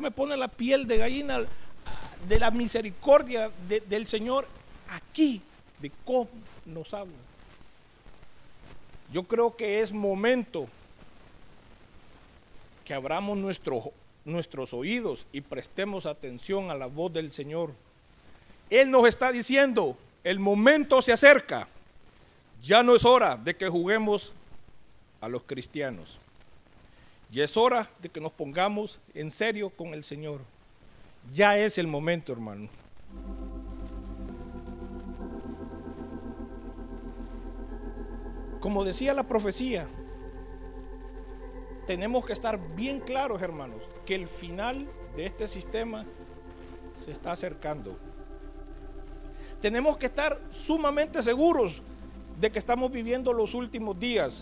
me pone la piel de gallina de la misericordia del Señor aquí, de cómo nos habla. Yo creo que es momento que abramos nuestros oídos y prestemos atención a la voz del Señor. Él nos está diciendo, el momento se acerca, ya no es hora de que juguemos a los cristianos. Ya es hora de que nos pongamos en serio con el Señor. Ya es el momento, hermano. Como decía la profecía, tenemos que estar bien claros, hermanos, que el final de este sistema se está acercando. Tenemos que estar sumamente seguros de que estamos viviendo los últimos días.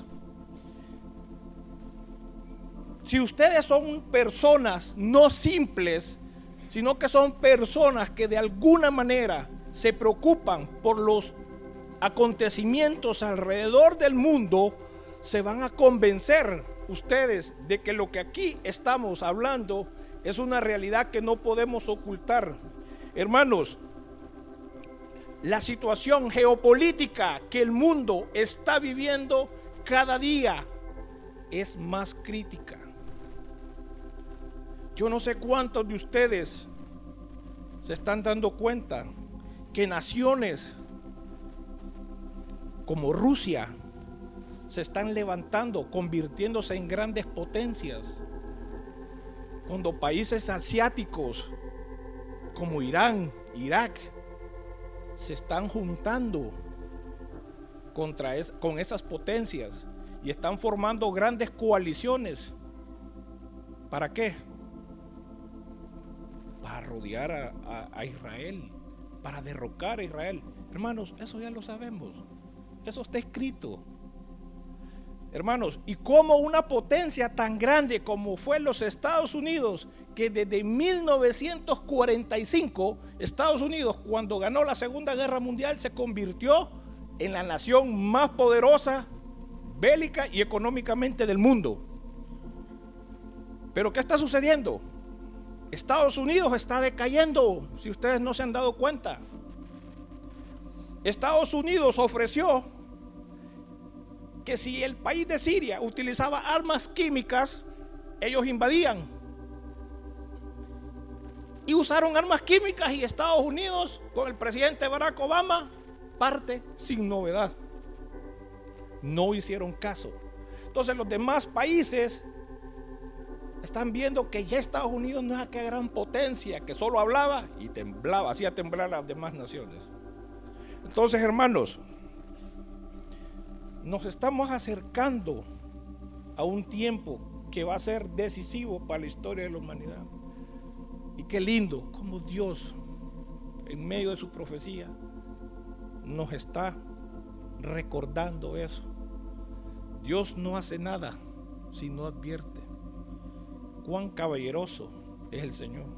Si ustedes son personas no simples, sino que son personas que de alguna manera se preocupan por los acontecimientos alrededor del mundo, se van a convencer ustedes de que lo que aquí estamos hablando es una realidad que no podemos ocultar. Hermanos, la situación geopolítica que el mundo está viviendo cada día es más crítica. Yo no sé cuántos de ustedes se están dando cuenta que naciones como Rusia se están levantando, convirtiéndose en grandes potencias, cuando países asiáticos como Irán, Irak, se están juntando con esas potencias y están formando grandes coaliciones. ¿Para qué? Para rodear a Israel, para derrocar a Israel. Hermanos, eso ya lo sabemos, eso está escrito. Hermanos, y como una potencia tan grande como fue los Estados Unidos, que desde 1945, Estados Unidos, cuando ganó la Segunda Guerra Mundial, se convirtió en la nación más poderosa, bélica y económicamente del mundo. Pero ¿qué está sucediendo? Estados Unidos está decayendo, si ustedes no se han dado cuenta. Estados Unidos ofreció que si el país de Siria utilizaba armas químicas, ellos invadían. Y usaron armas químicas y Estados Unidos, con el presidente Barack Obama, parte sin novedad. No hicieron caso. Entonces los demás países están viendo que ya Estados Unidos no es aquella gran potencia que solo hablaba y temblaba, hacía temblar a las demás naciones. Entonces, hermanos, nos estamos acercando a un tiempo que va a ser decisivo para la historia de la humanidad. Y qué lindo como Dios, en medio de su profecía, nos está recordando eso. Dios no hace nada si no advierte. Cuán caballeroso es el Señor.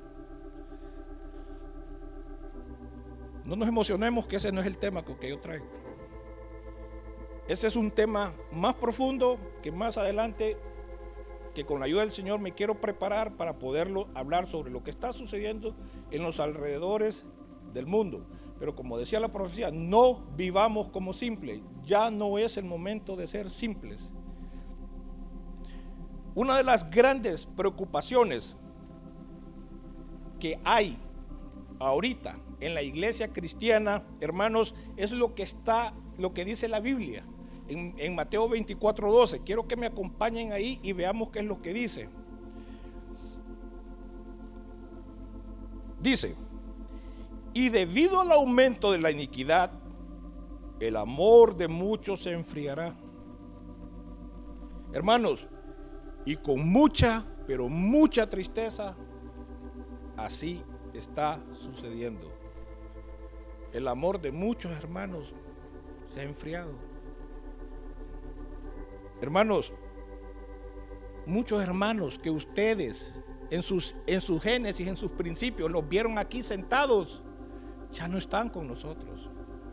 No nos emocionemos, que ese no es el tema que yo traigo. Ese es un tema más profundo que más adelante, que con la ayuda del Señor me quiero preparar para poderlo hablar sobre lo que está sucediendo en los alrededores del mundo. Pero como decía la profecía, no vivamos como simples. Ya no es el momento de ser simples. Una de las grandes preocupaciones que hay ahorita en la iglesia cristiana, hermanos, es lo que dice la Biblia en Mateo 24:12. Quiero que me acompañen ahí y veamos qué es lo que dice. Dice: y debido al aumento de la iniquidad, el amor de muchos se enfriará. Hermanos, y con mucha, pero mucha tristeza, así está sucediendo. El amor de muchos hermanos se ha enfriado. Hermanos, muchos hermanos que ustedes en sus génesis, en sus principios, los vieron aquí sentados, ya no están con nosotros.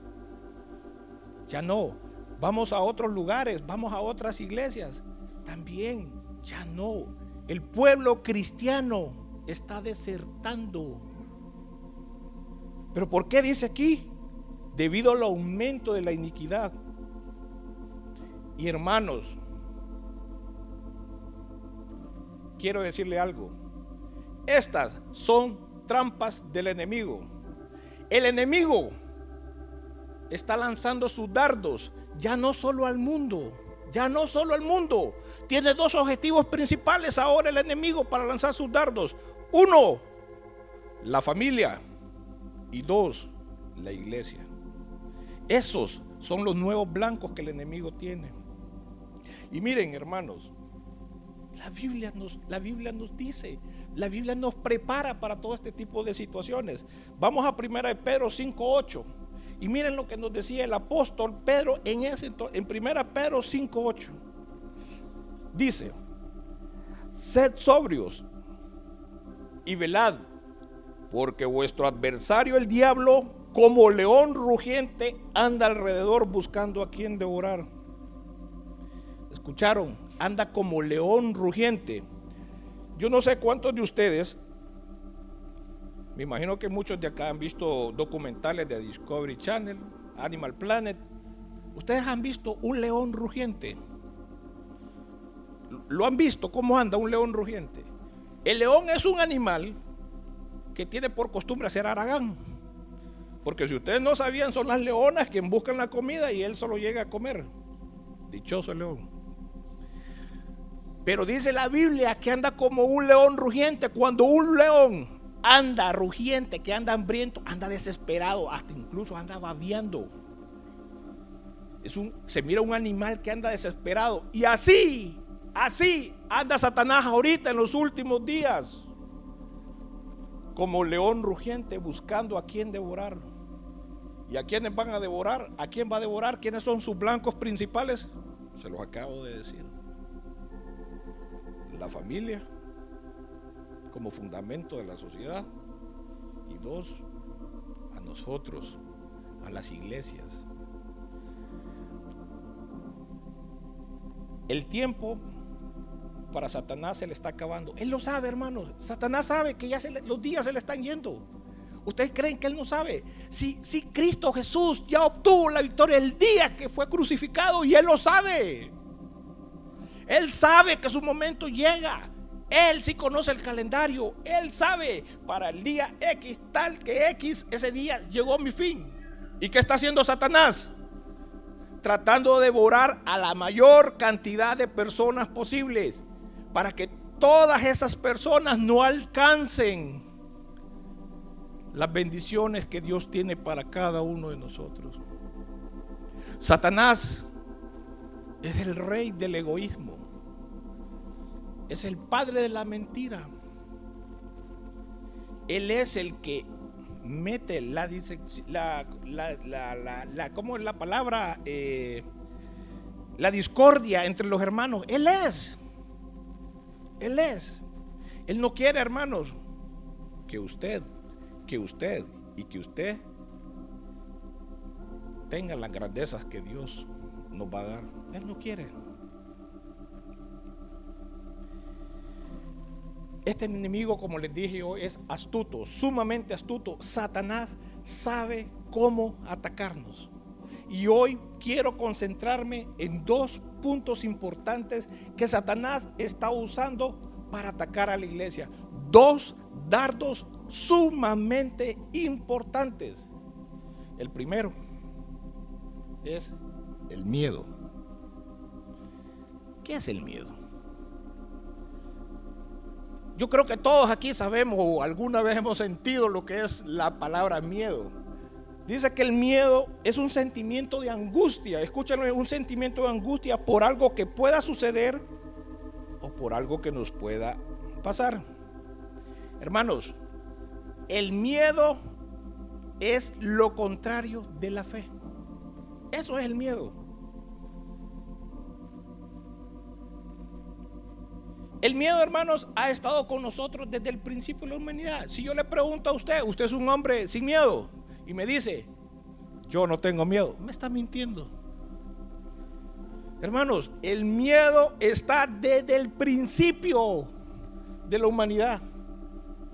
Ya no. Vamos a otros lugares, vamos a otras iglesias, también ya no. El pueblo cristiano está desertando. ¿Pero por qué dice aquí? Debido al aumento de la iniquidad. Y hermanos, quiero decirle algo. Estas son trampas del enemigo. El enemigo está lanzando sus dardos ya no solo al mundo. Ya no solo al mundo. Tiene dos objetivos principales ahora el enemigo para lanzar sus dardos. Uno, la familia. Y dos, la iglesia. Esos son los nuevos blancos que el enemigo tiene. Y miren, hermanos, la Biblia nos dice, la Biblia nos prepara para todo este tipo de situaciones. Vamos a 1 Pedro 5:8. Y miren lo que nos decía el apóstol Pedro en 1 Pedro 5:8. Dice: sed sobrios y velad, porque vuestro adversario el diablo, como león rugiente, anda alrededor buscando a quien devorar. ¿Escucharon? Anda como león rugiente. Yo no sé cuántos de ustedes, me imagino que muchos de acá han visto documentales de Discovery Channel, Animal Planet. Ustedes han visto un león rugiente. ¿Lo han visto cómo anda un león rugiente? El león es un animal que tiene por costumbre hacer haragán. Porque si ustedes no sabían, son las leonas quien buscan la comida y él solo llega a comer. Dichoso el león. Pero dice la Biblia que anda como un león rugiente. Cuando un león anda rugiente, que anda hambriento, anda desesperado, hasta incluso anda babeando. Se mira un animal que anda desesperado. Y así anda Satanás ahorita en los últimos días, como león rugiente buscando a quien devorar. ¿Y a quiénes van a devorar? ¿A quién va a devorar? ¿Quiénes son sus blancos principales? Se los acabo de decir. La familia como fundamento de la sociedad, y dos, a nosotros, a las iglesias. El tiempo para Satanás se le está acabando. Él lo sabe, hermanos. Satanás sabe que ya los días se le están yendo. ¿Ustedes creen que él no sabe? Si Cristo Jesús ya obtuvo la victoria el día que fue crucificado, y él lo sabe. Él sabe que su momento llega. Él sí conoce el calendario. Él sabe, para el día X, tal que X, ese día llegó mi fin. ¿Y qué está haciendo Satanás? Tratando de devorar a la mayor cantidad de personas posibles, para que todas esas personas no alcancen las bendiciones que Dios tiene para cada uno de nosotros. Satanás es el rey del egoísmo. Es el padre de la mentira. Él es el que mete ¿cómo es la palabra? La discordia entre los hermanos. Él no quiere, hermanos, que usted tengan las grandezas que Dios nos va a dar. Él no quiere. Este enemigo, como les dije yo, es astuto, sumamente astuto. Satanás sabe cómo atacarnos. Y hoy quiero concentrarme en dos puntos importantes que Satanás está usando para atacar a la iglesia. Dos dardos sumamente importantes. El primero es el miedo. ¿Qué es el miedo? Yo creo que todos aquí sabemos o alguna vez hemos sentido lo que es la palabra miedo. Dice que el miedo es un sentimiento de angustia. Escúchenlo, un sentimiento de angustia por algo que pueda suceder o por algo que nos pueda pasar. Hermanos, el miedo es lo contrario de la fe. Eso es el miedo. El miedo, hermanos, ha estado con nosotros desde el principio de la humanidad. Si yo le pregunto a usted es un hombre sin miedo, y me dice, yo no tengo miedo, me está mintiendo. Hermanos, el miedo está desde el principio de la humanidad.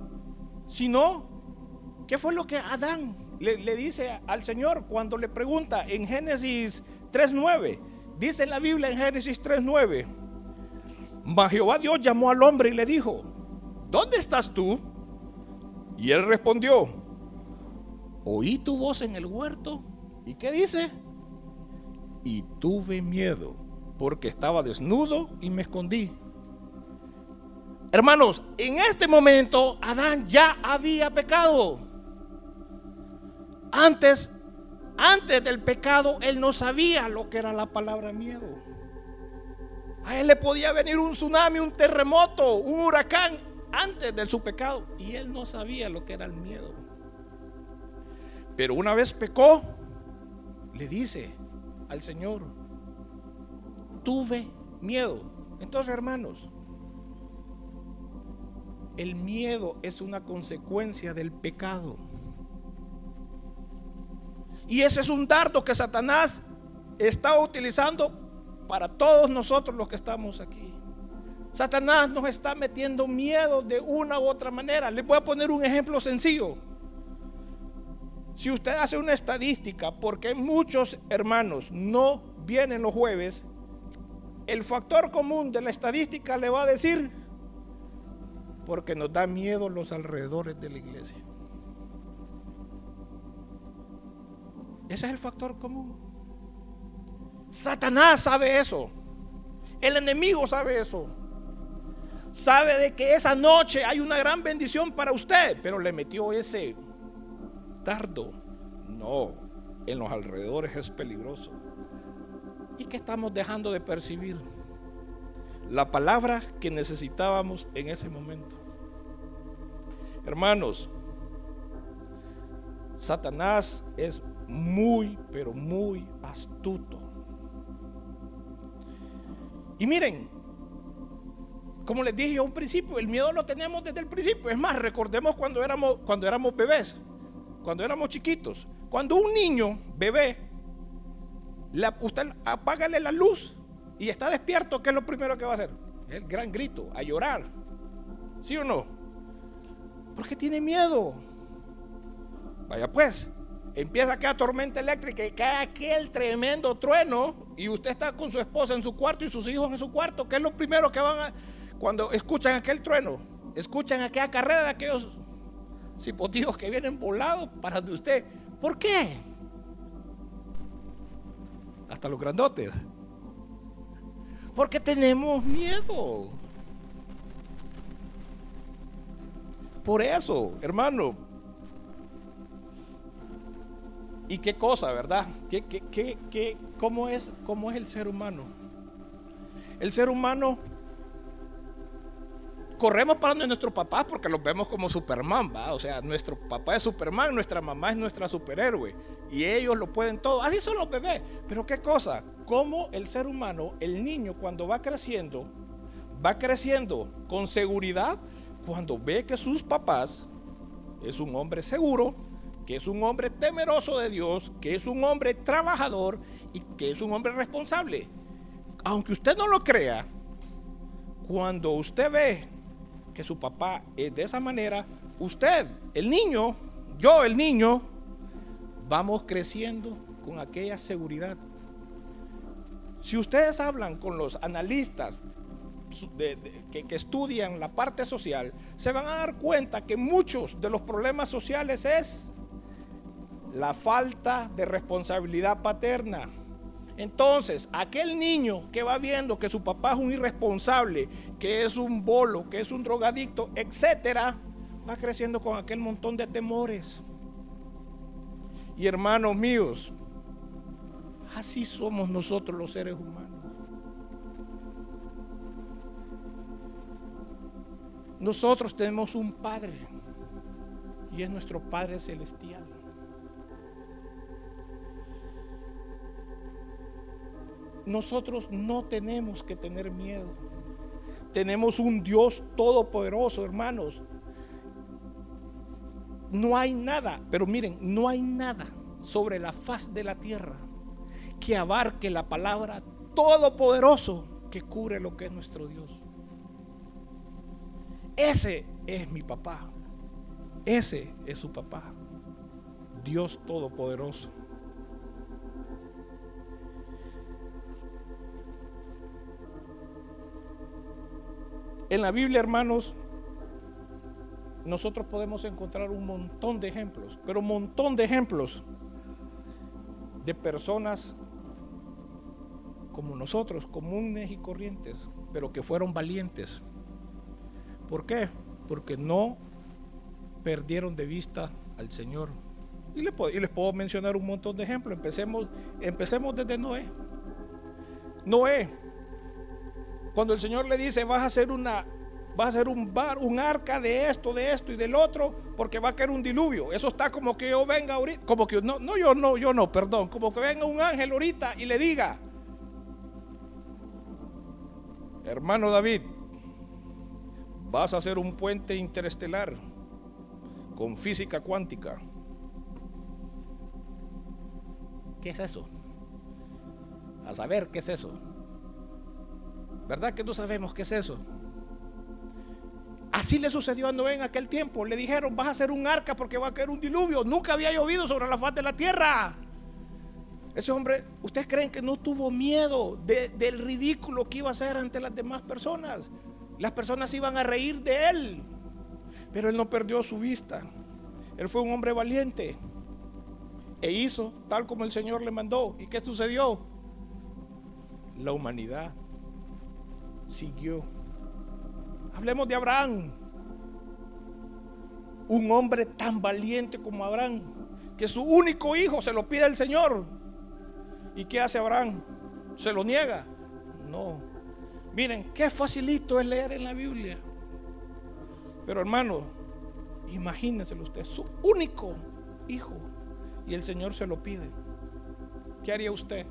sino, ¿qué fue lo que Adán le dice al Señor cuando le pregunta en Génesis 3:9? Dice en la Biblia en Génesis 3:9: mas Jehová Dios llamó al hombre y le dijo: ¿dónde estás tú? Y él respondió: oí tu voz en el huerto. ¿Y qué dice? Y tuve miedo, porque estaba desnudo y me escondí. Hermanos, en este momento Adán ya había pecado. Antes del pecado, él no sabía lo que era la palabra miedo. A él le podía venir un tsunami, un terremoto, un huracán antes de su pecado, y él no sabía lo que era el miedo. Pero una vez pecó, le dice al Señor: tuve miedo. Entonces, hermanos, el miedo es una consecuencia del pecado. Y ese es un dardo que Satanás está utilizando para todos nosotros los que estamos aquí. Satanás nos está metiendo miedo de una u otra manera. Les voy a poner un ejemplo sencillo. Si usted hace una estadística, porque muchos hermanos no vienen los jueves, el factor común de la estadística le va a decir: porque nos da miedo los alrededores de la iglesia. Ese es el factor común. Satanás sabe eso. El enemigo sabe eso. Sabe de que esa noche hay una gran bendición para usted, pero le metió ese dardo. No, en los alrededores es peligroso. ¿Y qué estamos dejando de percibir? La palabra que necesitábamos en ese momento. Hermanos, Satanás es muy, pero muy astuto. Y miren, como les dije yo a un principio, el miedo lo tenemos desde el principio. Es más, recordemos cuando éramos bebés, cuando éramos chiquitos. Cuando un niño, bebé, usted apágale la luz y está despierto, ¿qué es lo primero que va a hacer? El gran grito, a llorar. ¿Sí o no? Porque tiene miedo. Vaya pues, empieza aquella tormenta eléctrica y cae aquel tremendo trueno y usted está con su esposa en su cuarto y sus hijos en su cuarto. ¿Qué es lo primero que van a, cuando escuchan aquel trueno? Escuchan aquella carrera de aquellos cipotillos que vienen volados para de usted. ¿Por qué? Hasta los grandotes. Porque tenemos miedo. Por eso, hermano. ¿Y qué cosa, verdad? ¿Cómo es el ser humano? El ser humano, corremos para nuestros papás porque los vemos como Superman, ¿va? O sea, nuestro papá es Superman, nuestra mamá es nuestra superhéroe y ellos lo pueden todo. Así son los bebés. Pero qué cosa, como el ser humano, el niño cuando va creciendo con seguridad cuando ve que sus papás es un hombre seguro, que es un hombre temeroso de Dios, que es un hombre trabajador y que es un hombre responsable. Aunque usted no lo crea, cuando usted ve que su papá es de esa manera, usted, el niño, yo, el niño, vamos creciendo con aquella seguridad. Si ustedes hablan con los analistas que estudian la parte social, se van a dar cuenta que muchos de los problemas sociales es la falta de responsabilidad paterna. Entonces, aquel niño que va viendo que su papá es un irresponsable, que es un bolo, que es un drogadicto, etcétera, va creciendo con aquel montón de temores. Y hermanos míos, así somos nosotros los seres humanos. Nosotros tenemos un Padre y es nuestro Padre celestial. Nosotros no tenemos que tener miedo. Tenemos un Dios todopoderoso, hermanos. No hay nada, pero miren, no hay nada sobre la faz de la tierra que abarque la palabra todopoderoso que cubre lo que es nuestro Dios. Ese es mi papá. Ese es su papá, Dios Todopoderoso. En la Biblia, hermanos, nosotros podemos encontrar un montón de ejemplos, pero un montón de ejemplos de personas como nosotros, comunes y corrientes, pero que fueron valientes. ¿Por qué? Porque no perdieron de vista al Señor. Y les puedo mencionar un montón de ejemplos. Empecemos desde Noé. Noé, cuando el Señor le dice, vas a hacer un arca de esto y del otro, porque va a caer un diluvio. Eso está como que yo venga ahorita, como que como que venga un ángel ahorita y le diga, hermano David, vas a hacer un puente interestelar con física cuántica. ¿Qué es eso? A saber qué es eso. ¿Verdad que no sabemos qué es eso? Así le sucedió a Noé en aquel tiempo. Le dijeron, vas a hacer un arca porque va a caer un diluvio. Nunca había llovido sobre la faz de la tierra. Ese hombre, ¿ustedes creen que no tuvo miedo del ridículo que iba a hacer ante las demás personas? Las personas iban a reír de él, pero él no perdió su vista. Él fue un hombre valiente e hizo tal como el Señor le mandó. ¿Y qué sucedió? La humanidad siguió. Hablemos de Abraham, un hombre tan valiente como Abraham, que su único hijo se lo pide el Señor. ¿Y qué hace Abraham? ¿Se lo niega? No. Miren, qué facilito es leer en la Biblia. Pero hermano, imagínenselo usted, su único hijo, y el Señor se lo pide. ¿Qué haría usted?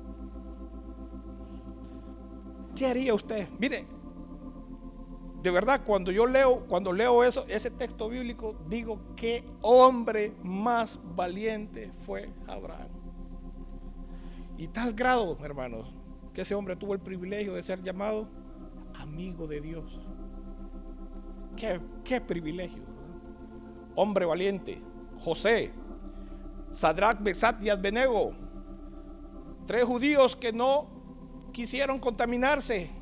¿Qué haría usted? Mire, de verdad, cuando leo ese texto bíblico, digo, qué hombre más valiente fue Abraham. Y tal grado, hermanos, que ese hombre tuvo el privilegio de ser llamado amigo de Dios. Qué privilegio, ¿verdad? Hombre valiente. José, Sadrach, Mesach y Abednego, 3 judíos que no quisieron contaminarse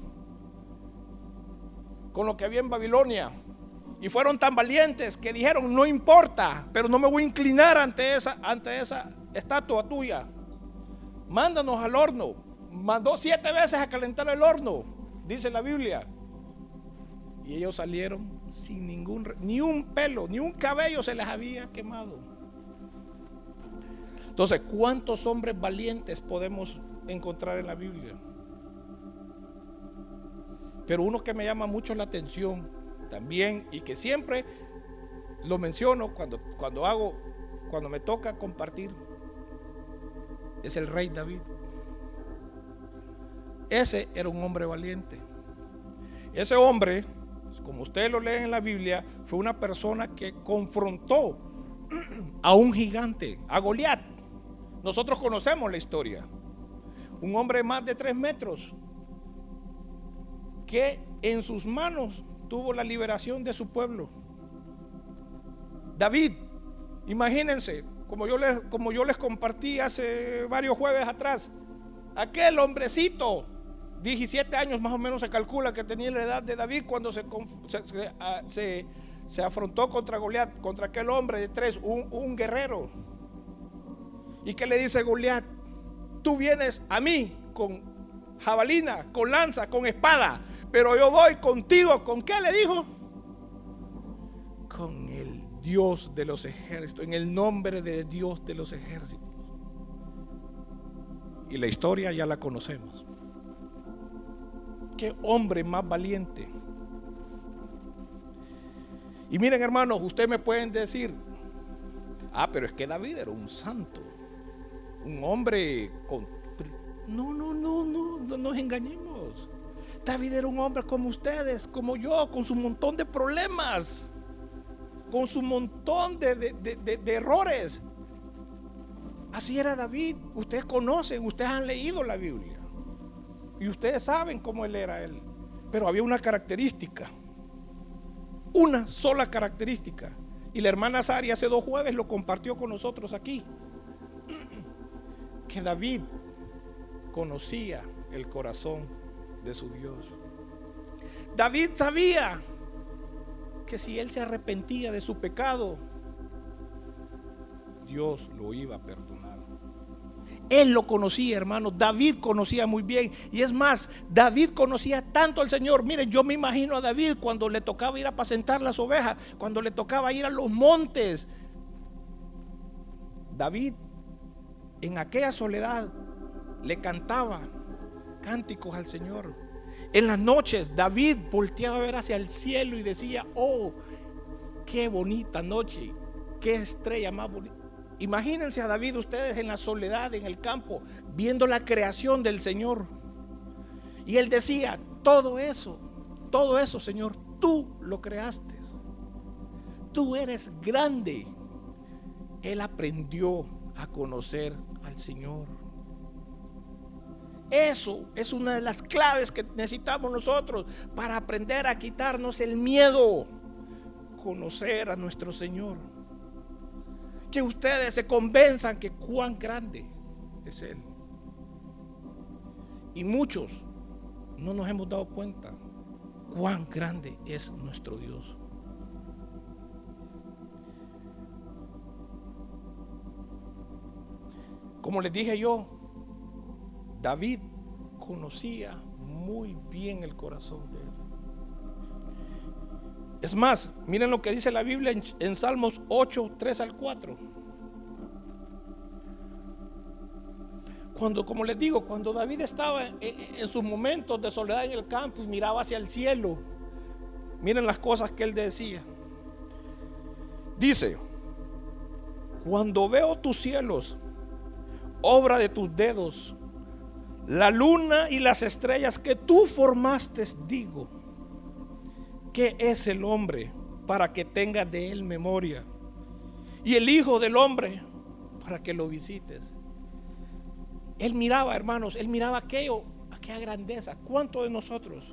con lo que había en Babilonia, y fueron tan valientes que dijeron, no importa, pero no me voy a inclinar ante esa estatua tuya. Mándanos al horno. Mandó 7 veces a calentar el horno, dice la Biblia, y ellos salieron sin ni un pelo, ni un cabello se les había quemado. Entonces, ¿cuántos hombres valientes podemos encontrar en la Biblia? Pero uno que me llama mucho la atención también, y que siempre lo menciono cuando me toca compartir, es el rey David. Ese era un hombre valiente. Ese hombre, como ustedes lo leen en la Biblia, fue una persona que confrontó a un gigante, a Goliat. Nosotros conocemos la historia. Un hombre de más de 3 metros, que en sus manos tuvo la liberación de su pueblo. David, imagínense, como yo les compartí hace varios jueves atrás, aquel hombrecito, 17 años más o menos se calcula que tenía la edad de David cuando se afrontó contra Goliat, contra aquel hombre de 3, un guerrero. ¿Y qué le dice Goliat? Tú vienes a mí con jabalina, con lanza, con espada, pero yo voy contigo. ¿Con qué le dijo? Con el Dios de los ejércitos, en el nombre de Dios de los ejércitos. Y la historia ya la conocemos. Qué hombre más valiente. Y miren, hermanos, ustedes me pueden decir, pero es que David era un santo, un hombre con... No nos engañemos. David era un hombre como ustedes, como yo, con su montón de problemas, con su montón de errores. Así era David. Ustedes conocen, ustedes han leído la Biblia y ustedes saben cómo él era él. Pero había una característica, una sola característica, Y la hermana Sari hace 2 jueves lo compartió con nosotros aquí, que David conocía el corazón de su Dios. David sabía que si él se arrepentía de su pecado, Dios lo iba a perdonar. Él lo conocía, hermano. David conocía muy bien. Y es más, David conocía tanto al Señor. Miren, yo me imagino a David cuando le tocaba ir a apacentar las ovejas, cuando le tocaba ir a los montes. David, en aquella soledad, le cantaba cánticos al Señor. En las noches, David volteaba a ver hacia el cielo y decía: oh, qué bonita noche, qué estrella más bonita. Imagínense a David ustedes en la soledad, en el campo, viendo la creación del Señor. Y él decía: todo eso, Señor, tú lo creaste. Tú eres grande. Él aprendió a conocer al Señor. Eso es una de las claves que necesitamos nosotros para aprender a quitarnos el miedo. Conocer a nuestro Señor. Que ustedes se convenzan que cuán grande es Él. Y muchos no nos hemos dado cuenta cuán grande es nuestro Dios. Como les dije yo, David conocía muy bien el corazón de Él. Es más, miren lo que dice la Biblia en Salmos 8, 3 al 4. Como les digo, cuando David estaba en sus momentos de soledad en el campo y miraba hacia el cielo, miren las cosas que él decía. Dice: cuando veo tus cielos, obra de tus dedos, la luna y las estrellas que tú formaste, digo: ¿qué es el hombre para que tengas de él memoria? Y el hijo del hombre para que lo visites. Él miraba, hermanos, él miraba aquella grandeza. ¿Cuántos de nosotros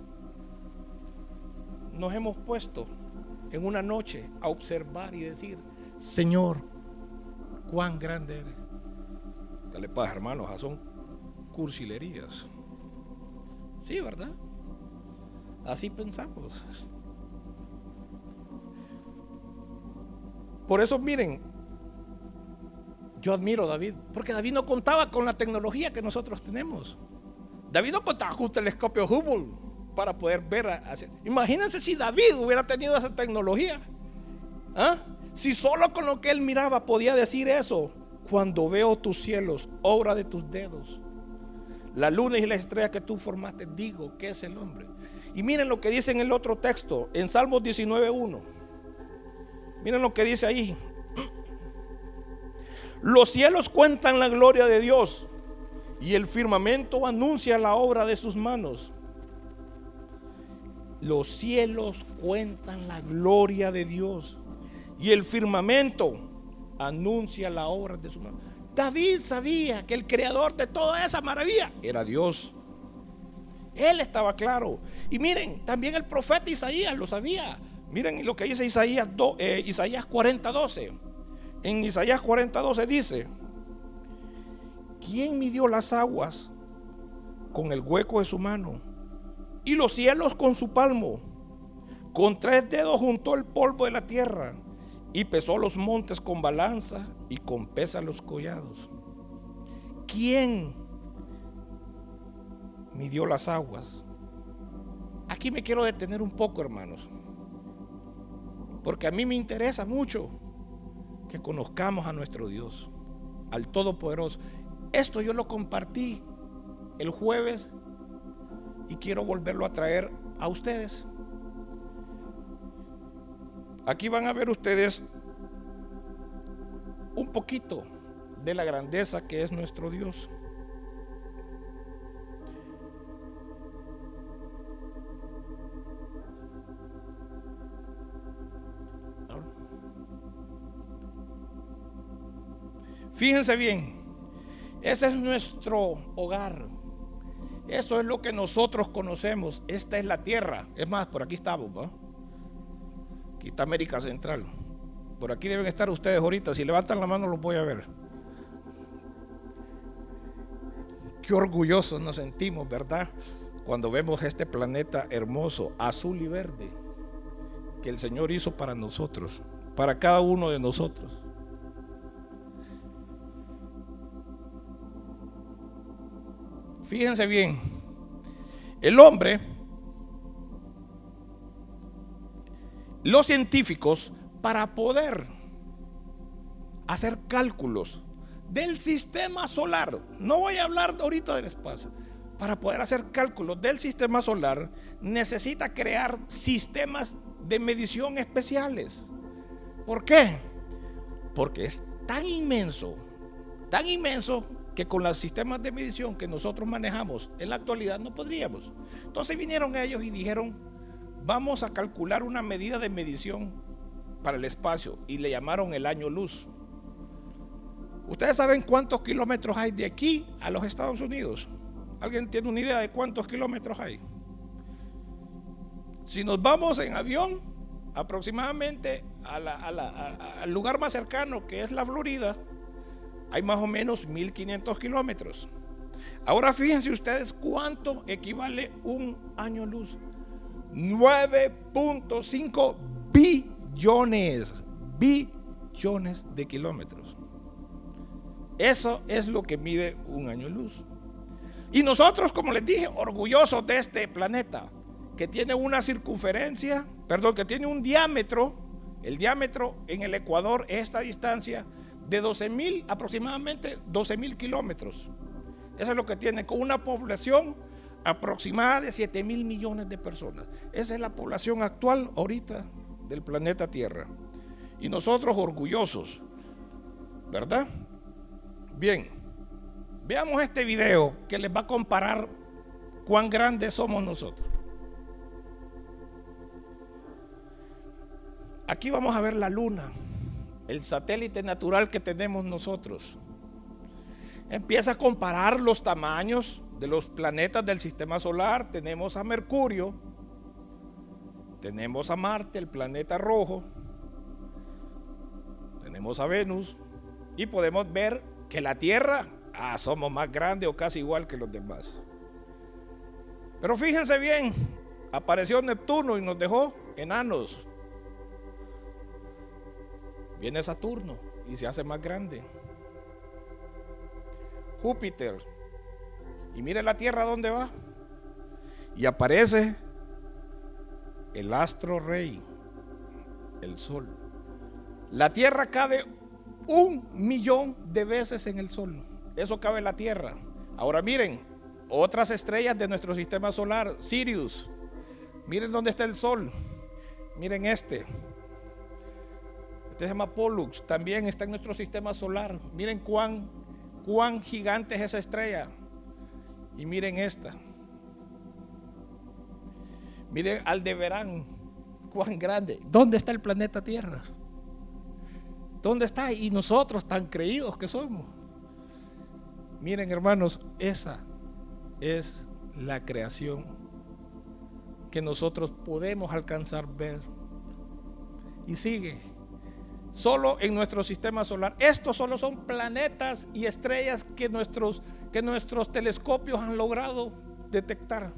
nos hemos puesto en una noche a observar y decir: Señor, cuán grande eres? ¿Qué le pasa, hermanos? Son cursilerías. Sí, ¿verdad? Así pensamos. Por eso, miren, yo admiro a David, porque David no contaba con la tecnología que nosotros tenemos. David no contaba con un telescopio Hubble para poder ver imagínense si David hubiera tenido esa tecnología. Si solo con lo que él miraba podía decir eso: cuando veo tus cielos, obra de tus dedos, la luna y las estrellas que tú formaste, digo, ¿qué es el hombre? Y miren lo que dice en el otro texto, en Salmos 19:1. Miren lo que dice ahí: los cielos cuentan la gloria de Dios, y el firmamento anuncia la obra de sus manos. Los cielos cuentan la gloria de Dios, y el firmamento anuncia la obra de sus manos. David sabía que el creador de toda esa maravilla era Dios. Él estaba claro. Y miren, también el profeta Isaías lo sabía. Miren lo que dice Isaías 40:12. En Isaías 40:12 dice: ¿quién midió las aguas con el hueco de su mano, y los cielos con su palmo? Con 3 dedos juntó el polvo de la tierra, y pesó los montes con balanza, y con pesa los collados. ¿Quién midió las aguas? Aquí me quiero detener un poco, hermanos, porque a mí me interesa mucho que conozcamos a nuestro Dios, al Todopoderoso. Esto yo lo compartí el jueves y quiero volverlo a traer a ustedes. Aquí van a ver ustedes un poquito de la grandeza que es nuestro Dios. Fíjense bien, ese es nuestro hogar. Eso es lo que nosotros conocemos. Esta es la tierra. Es más, por aquí estamos, ¿no? Aquí está América Central. Por aquí deben estar ustedes ahorita. Si levantan la mano los voy a ver. Qué orgullosos nos sentimos, ¿verdad? Cuando vemos este planeta hermoso, azul y verde, que el Señor hizo para nosotros, para cada uno de nosotros. Fíjense bien, el hombre, los científicos, para poder hacer cálculos del sistema solar, no voy a hablar ahorita del espacio, para poder hacer cálculos del sistema solar, necesita crear sistemas de medición especiales. ¿Por qué? Porque es tan inmenso que con los sistemas de medición que nosotros manejamos en la actualidad no podríamos. Entonces vinieron ellos y dijeron: vamos a calcular una medida de medición para el espacio, y le llamaron el año luz. ¿Ustedes saben cuántos kilómetros hay de aquí a los Estados Unidos? ¿Alguien tiene una idea de cuántos kilómetros hay? Si nos vamos en avión, aproximadamente al lugar más cercano, que es la Florida, hay más o menos 1500 kilómetros. Ahora fíjense ustedes cuánto equivale un año luz. 9.5 billones de kilómetros. Eso es lo que mide un año luz. Y nosotros, como les dije, orgullosos de este planeta, que tiene una circunferencia, que tiene un diámetro. El diámetro en el Ecuador es esta distancia de aproximadamente 12,000 kilómetros. Eso es lo que tiene, con una población aproximada de 7,000 millones de personas. Esa es la población actual ahorita del planeta Tierra. Y nosotros orgullosos, ¿verdad? Bien, veamos este video que les va a comparar cuán grandes somos nosotros. Aquí vamos a ver la luna, el satélite natural que tenemos nosotros. Empieza a comparar los tamaños de los planetas del sistema solar. Tenemos a Mercurio, tenemos a Marte, el planeta rojo, tenemos a Venus, y podemos ver que la Tierra, somos más grandes o casi igual que los demás. Pero fíjense bien, apareció Neptuno y nos dejó enanos. Viene Saturno y se hace más grande. Júpiter, y mire la Tierra dónde va. Y aparece el astro rey, el Sol. La Tierra cabe 1,000,000 de veces en el Sol. Eso cabe en la Tierra. Ahora miren, otras estrellas de nuestro sistema solar, Sirius. Miren dónde está el Sol. Miren este se llama Pollux, también está en nuestro sistema solar. Miren cuán gigante es esa estrella. Y miren esta. Miren Aldebarán, cuán grande. ¿Dónde está el planeta Tierra? ¿Dónde está? Y nosotros tan creídos que somos. Miren, hermanos, esa es la creación que nosotros podemos alcanzar a ver. Y sigue. Solo en nuestro sistema solar. Estos solo son planetas y estrellas que nuestros telescopios han logrado detectar.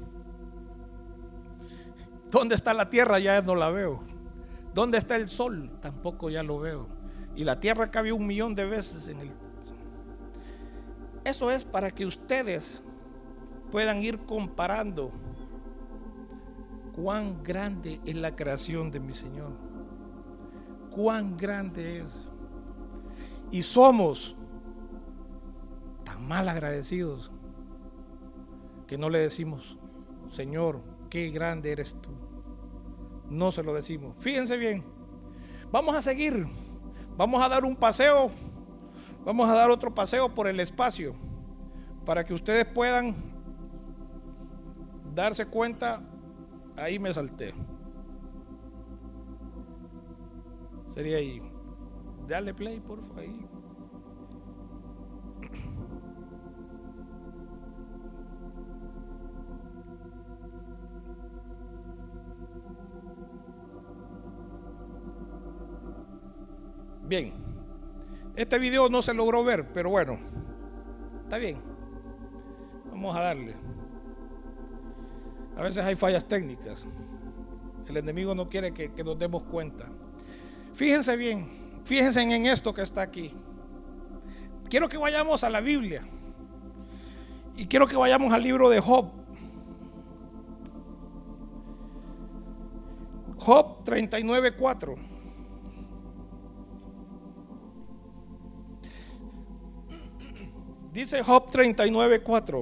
¿Dónde está la Tierra? Ya no la veo. ¿Dónde está el Sol? Tampoco ya lo veo. Y la Tierra cabe 1,000,000 de veces en el. Eso es para que ustedes puedan ir comparando cuán grande es la creación de mi Señor. Cuán grande es. Y somos tan mal agradecidos que no le decimos: Señor, qué grande eres tú. No se lo decimos. Fíjense bien, vamos a seguir. Vamos a dar un paseo. Vamos a dar otro paseo por el espacio para que ustedes puedan darse cuenta. Ahí me salté. Sería ahí. Dale play, por favor. Ahí. Bien, este video no se logró ver, pero bueno, está bien. Vamos a darle. A veces hay fallas técnicas. El enemigo no quiere que nos demos cuenta. Fíjense bien, fíjense en esto que está aquí. Quiero que vayamos a la Biblia. Y quiero que vayamos al libro de Job. Job 39:4. Dice Job 39:4.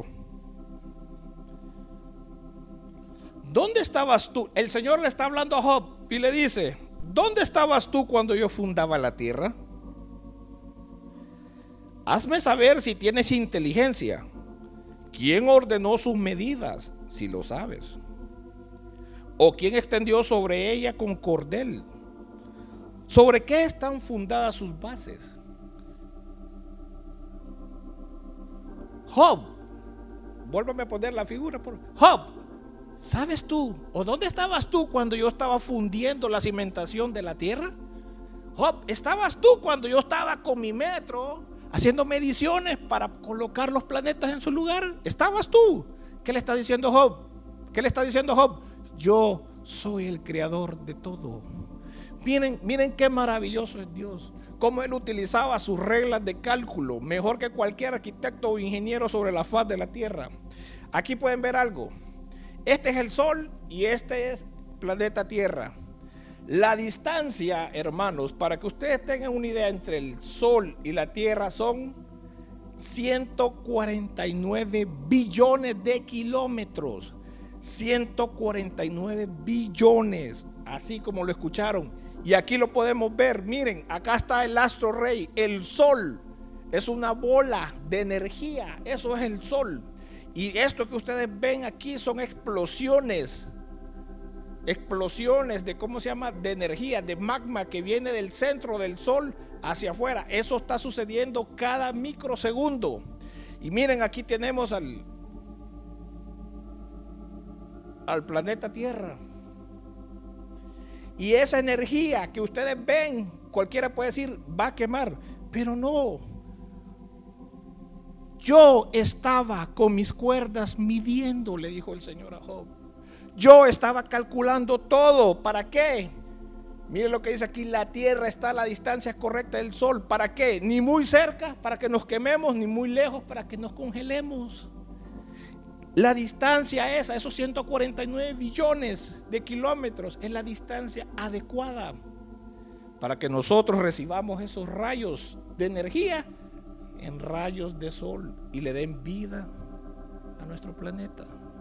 ¿Dónde estabas tú? El Señor le está hablando a Job y le dice: ¿dónde estabas tú cuando yo fundaba la tierra? Hazme saber si tienes inteligencia. ¿Quién ordenó sus medidas, si lo sabes? ¿O quién extendió sobre ella con cordel? ¿Sobre qué están fundadas sus bases? Job, vuélvame a poner la figura. Job, ¿sabes tú o dónde estabas tú cuando yo estaba fundiendo la cimentación de la tierra? Job, ¿estabas tú cuando yo estaba con mi metro haciendo mediciones para colocar los planetas en su lugar? ¿Estabas tú? ¿Qué le está diciendo Job? ¿Qué le está diciendo Job? Yo soy el creador de todo. Miren qué maravilloso es Dios. Cómo él utilizaba sus reglas de cálculo mejor que cualquier arquitecto o ingeniero sobre la faz de la tierra. Aquí pueden ver algo. Este es el Sol y este es planeta Tierra. La distancia, hermanos, para que ustedes tengan una idea, entre el Sol y la Tierra son 149 billones de kilómetros. 149 billones, así como lo escucharon. Y aquí lo podemos ver. Miren, acá está el astro rey. El Sol es una bola de energía. Eso es el Sol. Y esto que ustedes ven aquí son explosiones de, ¿cómo se llama?, de energía, de magma que viene del centro del Sol hacia afuera. Eso está sucediendo cada microsegundo. Y miren, aquí tenemos al planeta Tierra. Y esa energía que ustedes ven, cualquiera puede decir, va a quemar, pero no. Yo estaba con mis cuerdas midiendo, le dijo el Señor a Job. Yo estaba calculando todo. ¿Para qué? Miren lo que dice aquí: la tierra está a la distancia correcta del Sol. ¿Para qué? Ni muy cerca para que nos quememos, ni muy lejos para que nos congelemos. La distancia esa, esos 149 billones de kilómetros, es la distancia adecuada para que nosotros recibamos esos rayos de energía en rayos de sol y le den vida a nuestro planeta.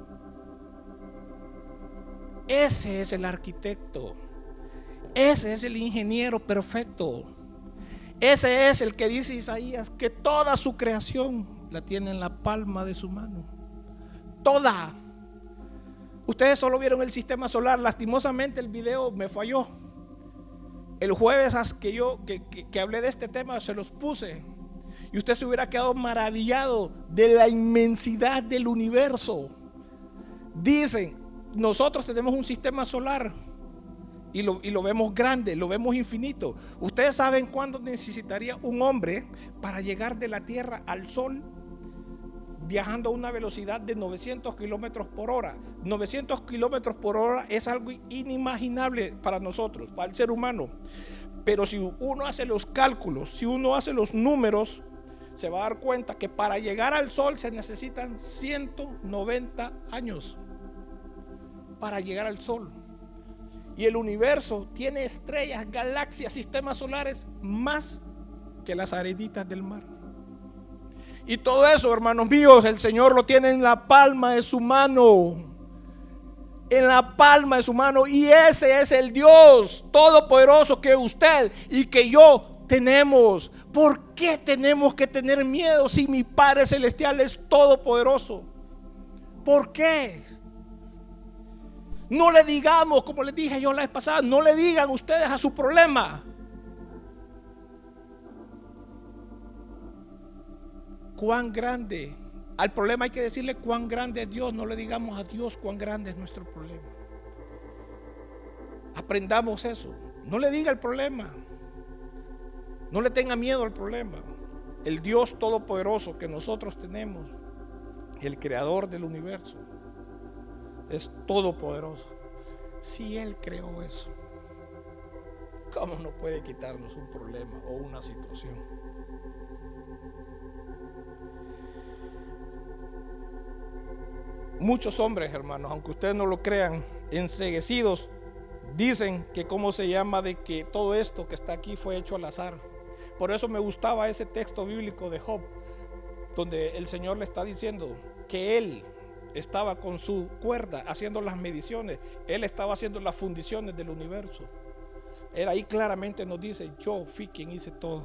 Ese es el arquitecto, ese es el ingeniero perfecto, ese es el que dice Isaías que toda su creación la tiene en la palma de su mano. Toda. Ustedes solo vieron el sistema solar. Lastimosamente el video me falló. El jueves que hablé de este tema se los puse y usted se hubiera quedado maravillado de la inmensidad del universo. Dicen, nosotros tenemos un sistema solar y lo vemos grande, lo vemos infinito. Ustedes saben cuánto necesitaría un hombre para llegar de la Tierra al Sol viajando a una velocidad de 900 kilómetros por hora. 900 kilómetros por hora es algo inimaginable para nosotros, para el ser humano. Pero si uno hace los cálculos, si uno hace los números, se va a dar cuenta que para llegar al Sol se necesitan 190 años para llegar al Sol. Y el universo tiene estrellas, galaxias, sistemas solares más que las arenitas del mar. Y todo eso, hermanos míos, el Señor lo tiene en la palma de su mano. En la palma de su mano. Y ese es el Dios todopoderoso que usted y que yo tenemos. ¿Por qué tenemos que tener miedo si mi Padre Celestial es todopoderoso? ¿Por qué? No le digamos, como les dije yo la vez pasada, no le digan ustedes a su problema: cuán grande. Al problema hay que decirle cuán grande es Dios. No le digamos a Dios cuán grande es nuestro problema. Aprendamos eso. No le diga el problema. No le tenga miedo al problema. El Dios todopoderoso que nosotros tenemos, el creador del universo, es todopoderoso. Si Él creó eso, ¿cómo no puede quitarnos un problema o una situación? Muchos hombres, hermanos, aunque ustedes no lo crean, enceguecidos, dicen que cómo se llama de que todo esto que está aquí fue hecho al azar. Por eso me gustaba ese texto bíblico de Job, donde el Señor le está diciendo que Él estaba con su cuerda haciendo las mediciones. Él estaba haciendo las fundiciones del universo. Él ahí claramente nos dice: yo fui quien hice todo.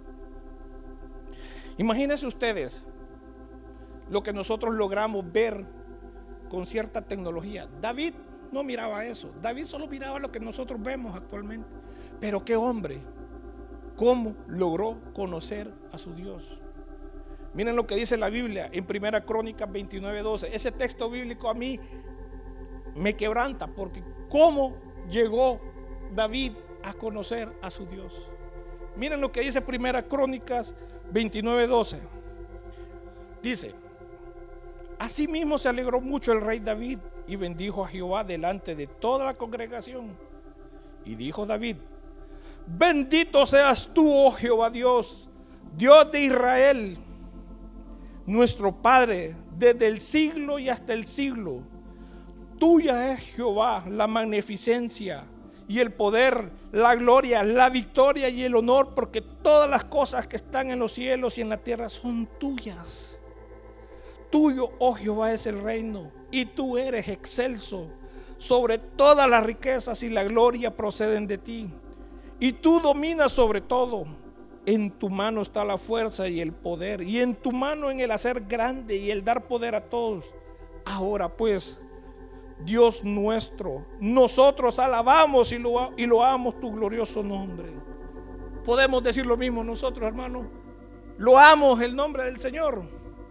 Imagínense ustedes lo que nosotros logramos ver con cierta tecnología. David no miraba eso. David solo miraba lo que nosotros vemos actualmente. Pero qué hombre, cómo logró conocer a su Dios. Miren lo que dice la Biblia en 1 Crónicas 29:12. Ese texto bíblico a mí me quebranta, porque cómo llegó David a conocer a su Dios. Miren lo que dice 1 Crónicas 29:12. Dice: asimismo se alegró mucho el rey David y bendijo a Jehová delante de toda la congregación. Y dijo David: bendito seas tú, oh Jehová Dios, Dios de Israel, nuestro Padre, desde el siglo y hasta el siglo. Tuya es, Jehová, la magnificencia y el poder, la gloria, la victoria y el honor, porque todas las cosas que están en los cielos y en la tierra son tuyas. Tuyo, oh Jehová, es el reino, y tú eres excelso sobre todas las riquezas, y la gloria proceden de ti. Y tú dominas sobre todo. En tu mano está la fuerza y el poder, y en tu mano en el hacer grande y el dar poder a todos. Ahora pues, Dios nuestro, nosotros alabamos y loamos tu glorioso nombre. Podemos decir lo mismo nosotros, hermanos. Loamos el nombre del Señor.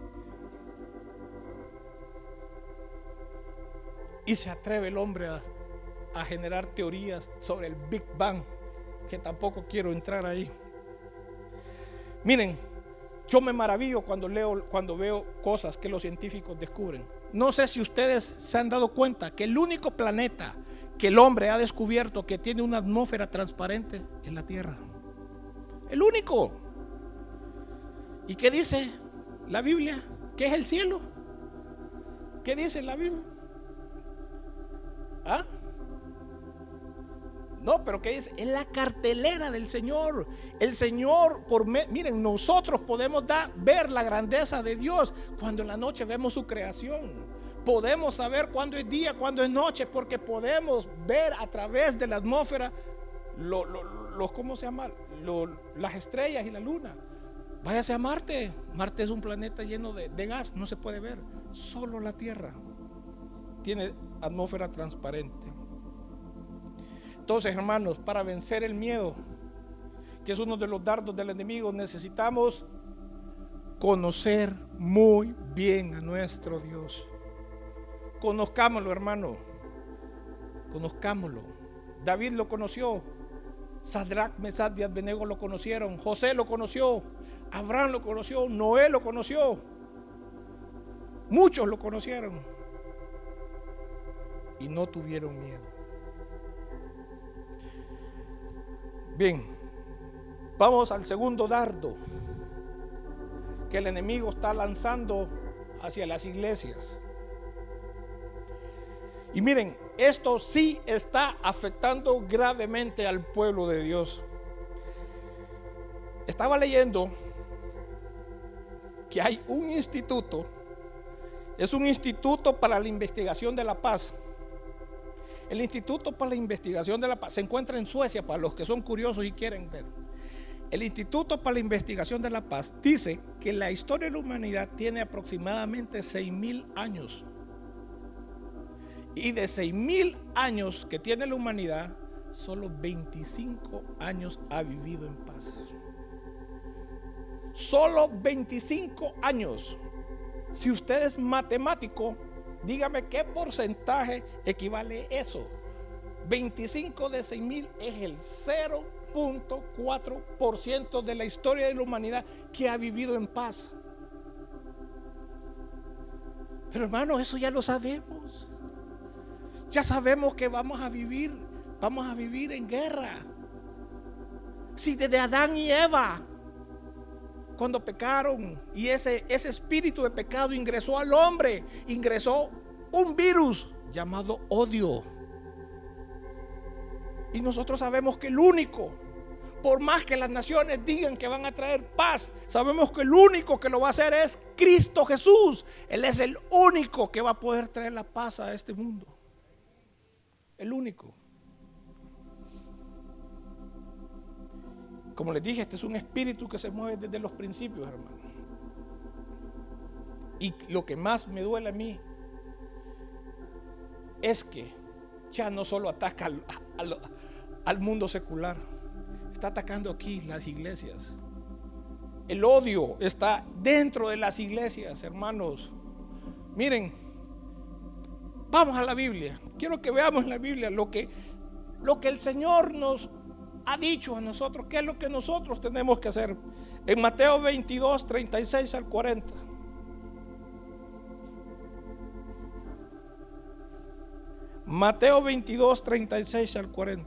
Y se atreve el hombre a generar teorías sobre el Big Bang, que tampoco quiero entrar ahí. Miren, yo me maravillo cuando veo cosas que los científicos descubren. No sé si ustedes se han dado cuenta que el único planeta que el hombre ha descubierto que tiene una atmósfera transparente es la Tierra. El único. ¿Y qué dice la Biblia? ¿Qué es el cielo? ¿Qué dice la Biblia? ¿Ah? No, pero ¿qué dice? Es la cartelera del Señor. El Señor, miren, nosotros podemos ver la grandeza de Dios cuando en la noche vemos su creación. Podemos saber cuándo es día, cuándo es noche, porque podemos ver a través de la atmósfera ¿cómo se llama? Las estrellas y la luna. Váyase a Marte. Marte es un planeta lleno de gas, no se puede ver. Solo la Tierra tiene atmósfera transparente. Entonces, hermanos, para vencer el miedo, que es uno de los dardos del enemigo, necesitamos conocer muy bien a nuestro Dios. Conozcámoslo, hermano. Conozcámoslo. David lo conoció. Sadrach, Mesach y Abednego lo conocieron. José lo conoció. Abraham lo conoció. Noé lo conoció. Muchos lo conocieron. Y no tuvieron miedo. Bien, vamos al segundo dardo que el enemigo está lanzando hacia las iglesias. Y miren, esto sí está afectando gravemente al pueblo de Dios. Estaba leyendo que hay un instituto, es un instituto para la investigación de la paz. El Instituto para la Investigación de la Paz se encuentra en Suecia, para los que son curiosos y quieren ver. El Instituto para la Investigación de la Paz dice que la historia de la humanidad tiene aproximadamente 6,000 años. Y de 6,000 años que tiene la humanidad, solo 25 años ha vivido en paz. Solo 25 años. Si usted es matemático, dígame qué porcentaje equivale eso. 25 de 6,000 es el 0.4% de la historia de la humanidad que ha vivido en paz. Pero hermanos, eso ya lo sabemos. Ya sabemos que vamos a vivir en guerra. Si desde Adán y Eva, cuando pecaron y ese espíritu de pecado ingresó al hombre, ingresó un virus llamado odio. Y nosotros sabemos que el único, por más que las naciones digan que van a traer paz, sabemos que el único que lo va a hacer es Cristo Jesús. Él es el único que va a poder traer la paz a este mundo. El único. Como les dije, este es un espíritu que se mueve desde los principios, hermano. Y lo que más me duele a mí es que ya no solo ataca al mundo secular, está atacando aquí las iglesias. El odio está dentro de las iglesias, hermanos. Miren, vamos a la Biblia. Quiero que veamos en la Biblia lo que el Señor nos ha dicho a nosotros, qué es lo que nosotros tenemos que hacer. En Mateo 22, 36 al 40. Mateo 22, 36 al 40.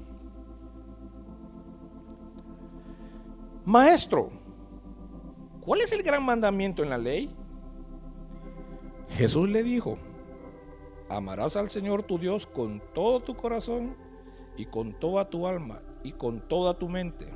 Maestro, ¿cuál es el gran mandamiento en la ley? Jesús le dijo: amarás al Señor tu Dios con todo tu corazón y con toda tu alma y con toda tu mente.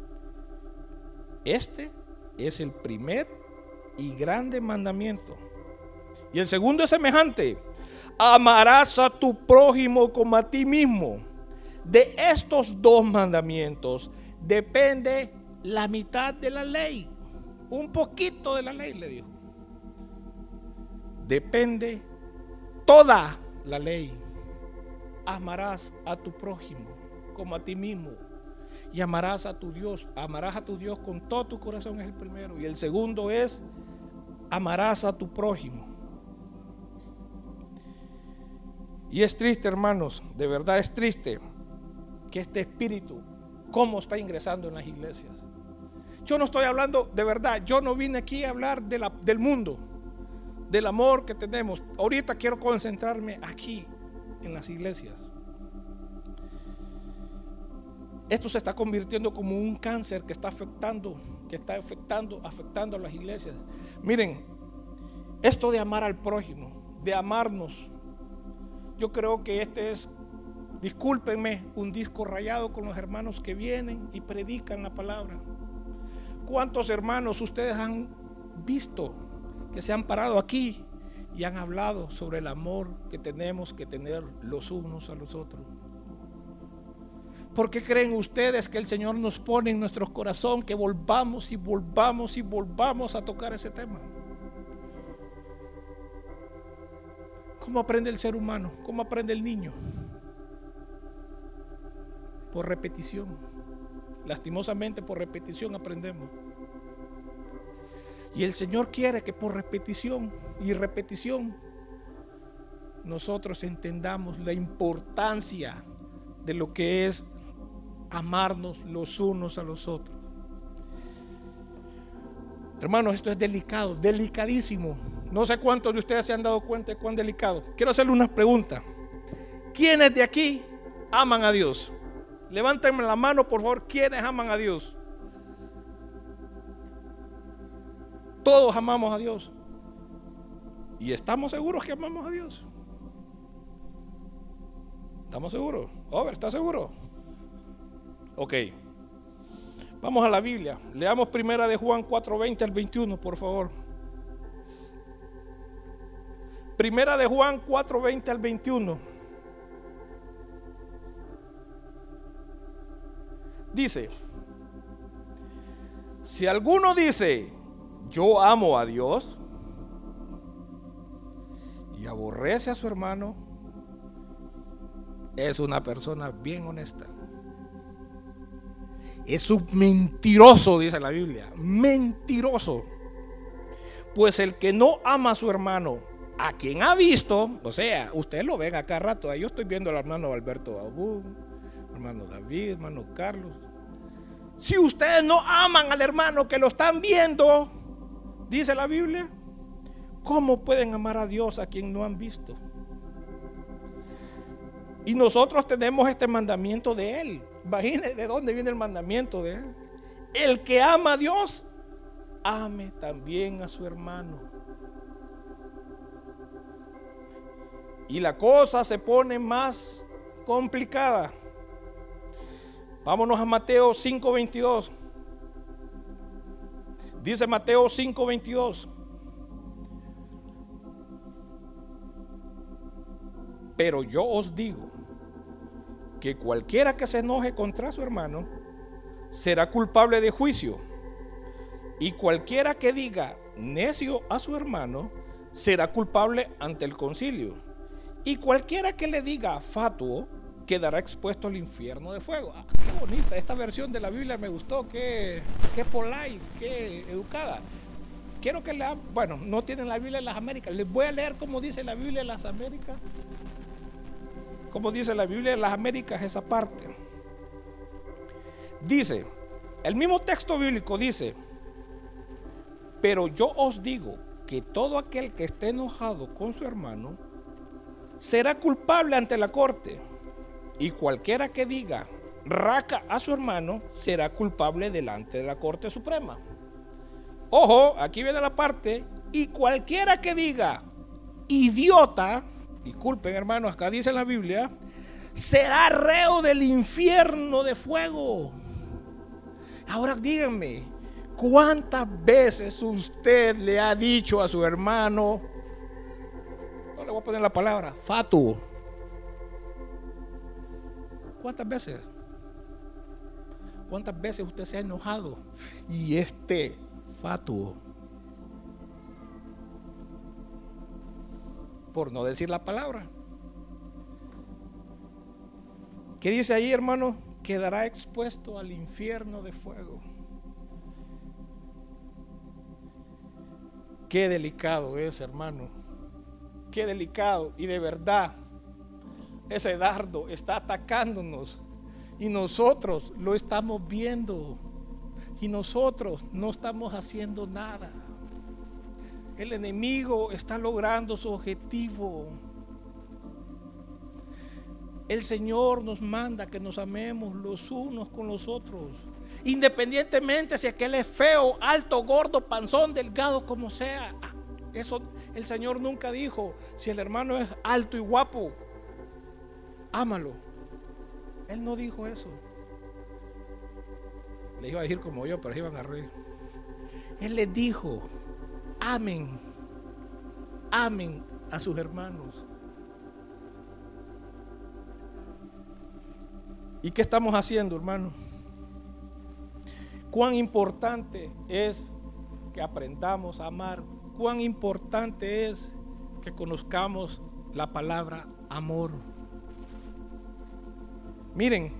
Este es el primer y grande mandamiento. Y el segundo es semejante: amarás a tu prójimo como a ti mismo. De estos dos mandamientos depende la mitad de la ley. Un poquito de la ley, le dijo. Depende toda la ley. Amarás a tu prójimo como a ti mismo. Y amarás a tu Dios. Amarás a tu Dios con todo tu corazón, es el primero. Y el segundo es: amarás a tu prójimo. Y es triste, hermanos, de verdad es triste que este espíritu, cómo está ingresando en las iglesias. Yo no estoy hablando, de verdad, yo no vine aquí a hablar del mundo, del amor que tenemos. Ahorita quiero concentrarme aquí en las iglesias. Esto se está convirtiendo como un cáncer que está afectando a las iglesias. Miren, esto de amar al prójimo, de amarnos, yo creo que este es, discúlpenme, un disco rayado con los hermanos que vienen y predican la palabra. ¿Cuántos hermanos ustedes han visto que se han parado aquí y han hablado sobre el amor que tenemos que tener los unos a los otros? ¿Por qué creen ustedes que el Señor nos pone en nuestro corazón que volvamos y volvamos y volvamos a tocar ese tema? ¿Cómo aprende el ser humano? ¿Cómo aprende el niño? Por repetición. Lastimosamente, por repetición aprendemos. Y el Señor quiere que por repetición y repetición nosotros entendamos la importancia de lo que es amarnos los unos a los otros. Hermanos, esto es delicado, delicadísimo. No sé cuántos de ustedes se han dado cuenta de cuán delicado. Quiero hacerle una pregunta. ¿Quiénes de aquí aman a Dios? Levántenme la mano, por favor. ¿Quiénes aman a Dios? Todos amamos a Dios. ¿Y estamos seguros que amamos a Dios? ¿Estamos seguros? Over, ¿está seguro? Ok. Vamos a la Biblia. Leamos primera de Juan 4:20 al 21, por favor. Primera de Juan 4:20 al 21. Dice: si alguno dice yo amo a Dios y aborrece a su hermano, es una persona bien honesta. Es un mentiroso, dice la Biblia. Mentiroso. Pues el que no ama a su hermano, a quien ha visto, o sea, ustedes lo ven acá rato. Yo estoy viendo al hermano Alberto Abún, hermano David, hermano Carlos, Si ustedes no aman al hermano que lo están viendo, dice la Biblia, ¿cómo pueden amar a Dios a quien no han visto? Y nosotros tenemos este mandamiento de Él. Imagínense de dónde viene el mandamiento de Él. El que ama a Dios, ame también a su hermano. Y la cosa se pone más complicada. Vámonos a Mateo 5:22. Dice Mateo 5:22. Pero yo os digo que cualquiera que se enoje contra su hermano será culpable de juicio, y cualquiera que diga necio a su hermano será culpable ante el concilio, y cualquiera que le diga fatuo quedará expuesto al infierno de fuego. Qué bonita esta versión de la Biblia, me gustó, qué polite, qué educada. Quiero que lea, bueno, no tienen la Biblia en las Américas, les voy a leer cómo dice la Biblia en las Américas. Como dice la Biblia en las Américas, esa parte. Dice, el mismo texto bíblico dice: pero yo os digo que todo aquel que esté enojado con su hermano será culpable ante la corte, y cualquiera que diga raca a su hermano será culpable delante de la Corte Suprema. Ojo, aquí viene la parte, y cualquiera que diga idiota, disculpen hermanos, acá dice en la Biblia, será reo del infierno de fuego. Ahora díganme, ¿cuántas veces usted le ha dicho a su hermano, no le voy a poner la palabra, fatuo? ¿Cuántas veces? ¿Cuántas veces usted se ha enojado? Y este fatuo, por no decir la palabra. ¿Qué dice ahí, hermano? Quedará expuesto al infierno de fuego. Qué delicado es, hermano. Qué delicado. Y de verdad, ese dardo está atacándonos y nosotros lo estamos viendo y nosotros no estamos haciendo nada. El enemigo está logrando su objetivo. El Señor nos manda que nos amemos los unos con los otros, independientemente si aquel es feo, alto, gordo, panzón, delgado, como sea. Eso el Señor nunca dijo: si el hermano es alto y guapo, ámalo. Él no dijo eso. Le iba a decir como yo, pero se iban a reír. Él les dijo: amen a sus hermanos. ¿Y qué estamos haciendo, hermano? Cuán importante es que aprendamos a amar. Cuán importante es que conozcamos la palabra amor. Miren,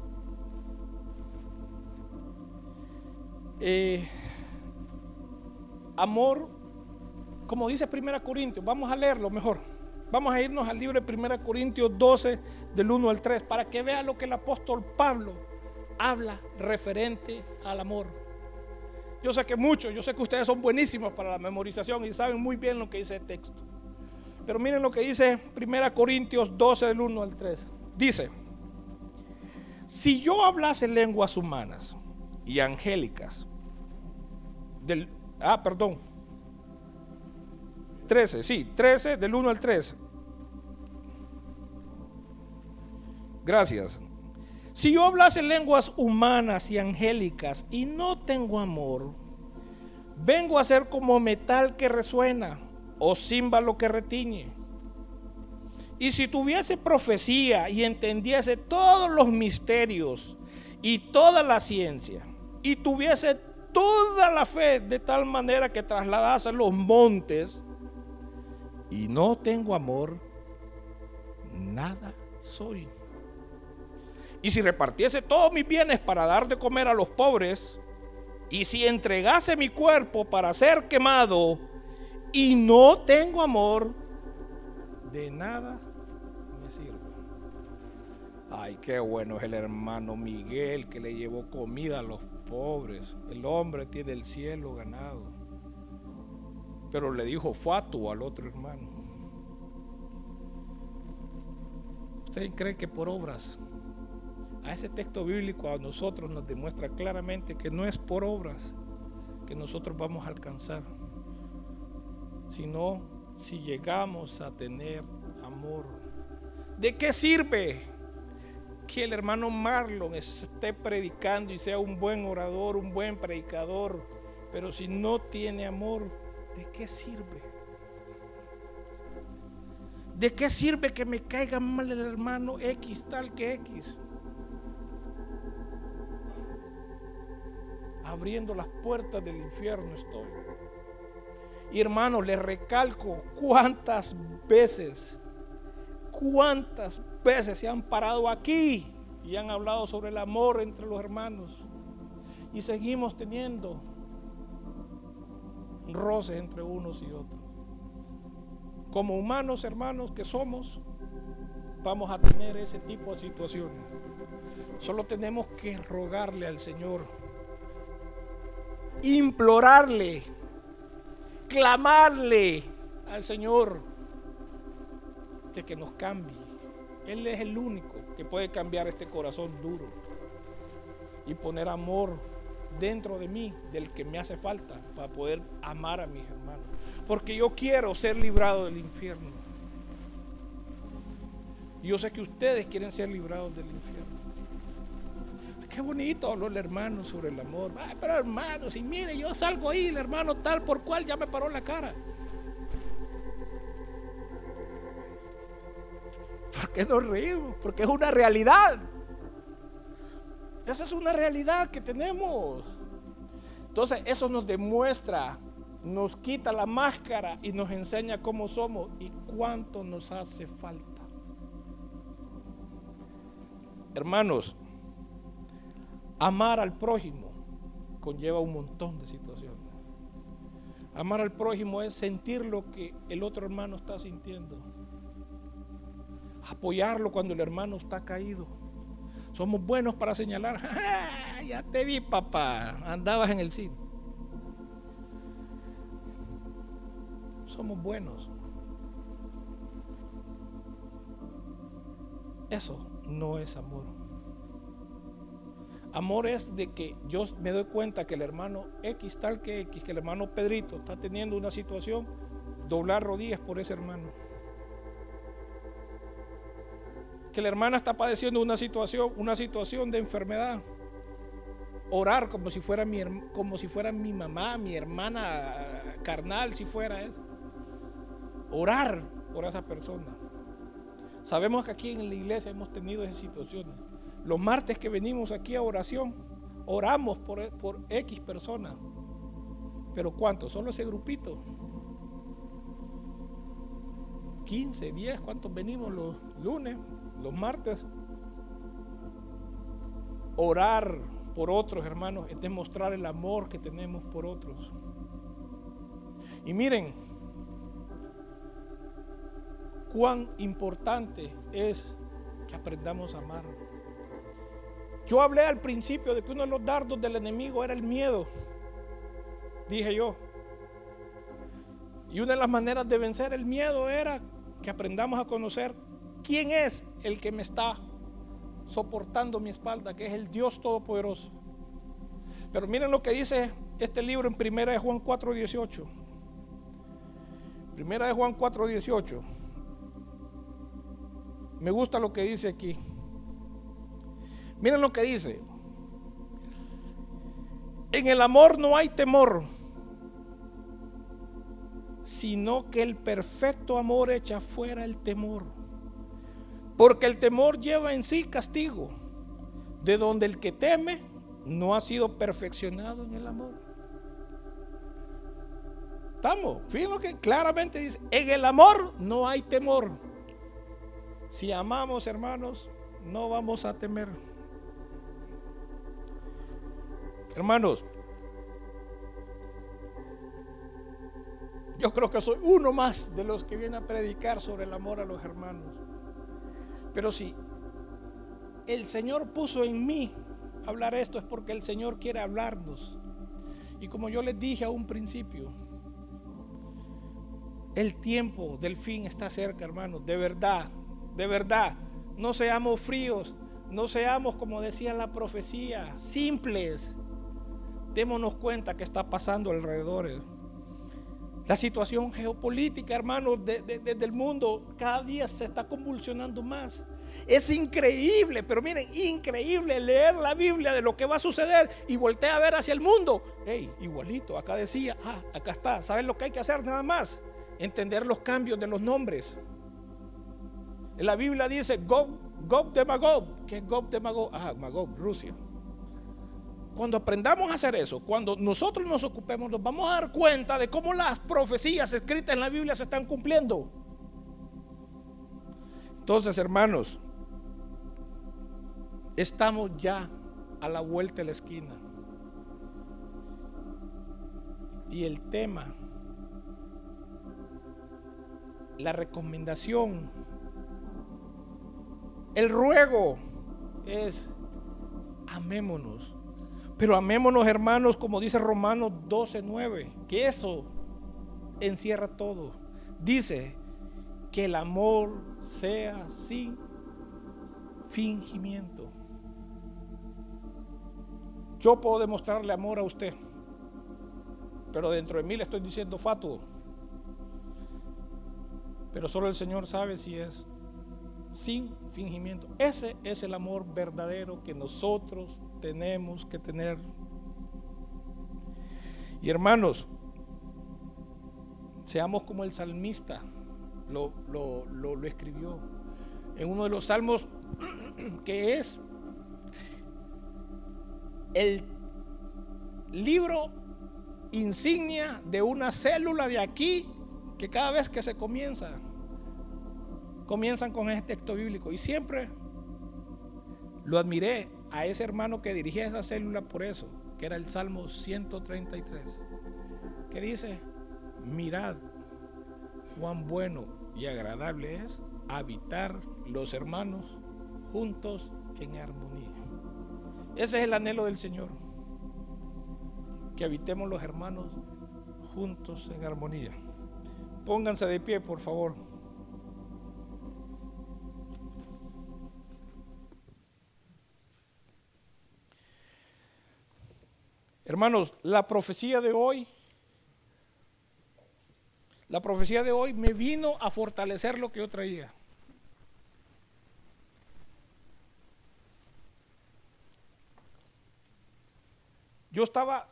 amor, como dice 1 Corintios, vamos a leerlo mejor. Vamos a irnos al libro de 1 Corintios 12, del 1 al 3, para que vean lo que el apóstol Pablo habla referente al amor. Yo sé que ustedes son buenísimos para la memorización y saben muy bien lo que dice el texto. Pero miren lo que dice 1 Corintios 12, del 1 al 3. Dice: si yo hablase lenguas humanas y angélicas, 13, del 1 al 3. Gracias. Si yo hablase lenguas humanas y angélicas y no tengo amor, vengo a ser como metal que resuena o címbalo que retiñe. Y si tuviese profecía y entendiese todos los misterios y toda la ciencia, y tuviese toda la fe de tal manera que trasladase los montes, y no tengo amor, nada soy. Y si repartiese todos mis bienes para dar de comer a los pobres, y si entregase mi cuerpo para ser quemado, y no tengo amor, de nada me sirve. Ay, qué bueno es el hermano Miguel que le llevó comida a los pobres. El hombre tiene el cielo ganado. Pero le dijo fatuo al otro hermano. ¿Usted cree que por obras? A ese texto bíblico a nosotros nos demuestra claramente que no es por obras que nosotros vamos a alcanzar, sino si llegamos a tener amor. ¿De qué sirve que el hermano Marlon esté predicando y sea un buen orador, un buen predicador, pero si no tiene amor, ¿de qué sirve? ¿De qué sirve que me caiga mal el hermano X tal que X? Abriendo las puertas del infierno estoy. Y hermanos, les recalco cuántas veces se han parado aquí y han hablado sobre el amor entre los hermanos, y seguimos teniendo roces entre unos y otros. Como humanos, hermanos, que somos, vamos a tener ese tipo de situaciones. Solo tenemos que rogarle al Señor, implorarle, clamarle al Señor de que nos cambie. Él es el único que puede cambiar este corazón duro y poner amor dentro de mí, del que me hace falta para poder amar a mis hermanos, porque yo quiero ser librado del infierno. Yo sé que ustedes quieren ser librados del infierno. Qué bonito habló el hermano sobre el amor. Ay, pero hermano, si mire, yo salgo ahí, el hermano tal por cual ya me paró la cara. ¿Por qué nos reímos? Porque es una realidad. Esa es una realidad que tenemos. Entonces eso nos demuestra, nos quita la máscara y nos enseña cómo somos y cuánto nos hace falta. Hermanos, amar al prójimo conlleva un montón de situaciones. Amar al prójimo es sentir lo que el otro hermano está sintiendo. Apoyarlo cuando el hermano está caído. Somos buenos para señalar. ¡Ah, ya te vi, papá! Andabas en el cine. Somos buenos. Eso no es amor. Amor es de que yo me doy cuenta que el hermano X tal que X, que el hermano Pedrito está teniendo una situación, doblar rodillas por ese hermano. Que la hermana está padeciendo una situación de enfermedad, orar como si fuera mi mamá, mi hermana carnal, si fuera eso. Orar por esa persona. Sabemos que aquí en la iglesia hemos tenido esas situaciones. Los martes que venimos aquí a oración, oramos por X personas. Pero ¿cuántos? Solo ese grupito. 15, 10, ¿cuántos venimos los lunes, los martes? Orar por otros, hermanos, es demostrar el amor que tenemos por otros. Y miren cuán importante es que aprendamos a amar. Yo hablé al principio de que uno de los dardos del enemigo era el miedo, dije yo. Y una de las maneras de vencer el miedo era que aprendamos a conocer quién es el que me está soportando mi espalda, que es el Dios Todopoderoso. Pero miren lo que dice este libro en 1 de Juan 4:18. 1 de Juan 4:18. Me gusta lo que dice aquí. Miren lo que dice. En el amor no hay temor, sino que el perfecto amor echa fuera el temor. Porque el temor lleva en sí castigo, de donde el que teme no ha sido perfeccionado en el amor. ¿Estamos? Fíjense lo que claramente dice. En el amor no hay temor. Si amamos, hermanos, no vamos a temer. Hermanos, yo creo que soy uno más de los que viene a predicar sobre el amor a los hermanos. Pero si el Señor puso en mí hablar esto es porque el Señor quiere hablarnos. Y como yo les dije a un principio, el tiempo del fin está cerca, hermanos. De verdad, no seamos fríos, no seamos, como decía la profecía, simples. Démonos cuenta que está pasando alrededor. La situación geopolítica, hermanos, desde el mundo cada día se está convulsionando más. Es increíble, pero miren, increíble leer la Biblia de lo que va a suceder y voltea a ver hacia el mundo. Hey, igualito, acá decía, acá está. ¿Saben lo que hay que hacer nada más? Entender los cambios de los nombres. En la Biblia dice Gog de Magog. ¿Qué es Gog de Magog? Magog, Rusia. Cuando aprendamos a hacer eso, cuando nosotros nos ocupemos, nos vamos a dar cuenta de cómo las profecías escritas en la Biblia se están cumpliendo. Entonces, hermanos, estamos ya a la vuelta de la esquina. Y el tema, la recomendación, el ruego es: amémonos. Pero amémonos, hermanos, como dice Romanos 12:9, que eso encierra todo. Dice que el amor sea sin fingimiento. Yo puedo demostrarle amor a usted, pero dentro de mí le estoy diciendo fatuo. Pero solo el Señor sabe si es sin fingimiento. Ese es el amor verdadero que nosotros tenemos que tener. Y hermanos, seamos como el salmista lo escribió en uno de los salmos, que es el libro insignia de una célula de aquí, que cada vez que se comienzan con ese texto bíblico. Y siempre lo admiré a ese hermano que dirigía esa célula por eso, que era el Salmo 133, que dice: mirad cuán bueno y agradable es habitar los hermanos juntos en armonía. Ese es el anhelo del Señor, que habitemos los hermanos juntos en armonía. Pónganse de pie, por favor. Hermanos, la profecía de hoy me vino a fortalecer lo que yo traía. Yo estaba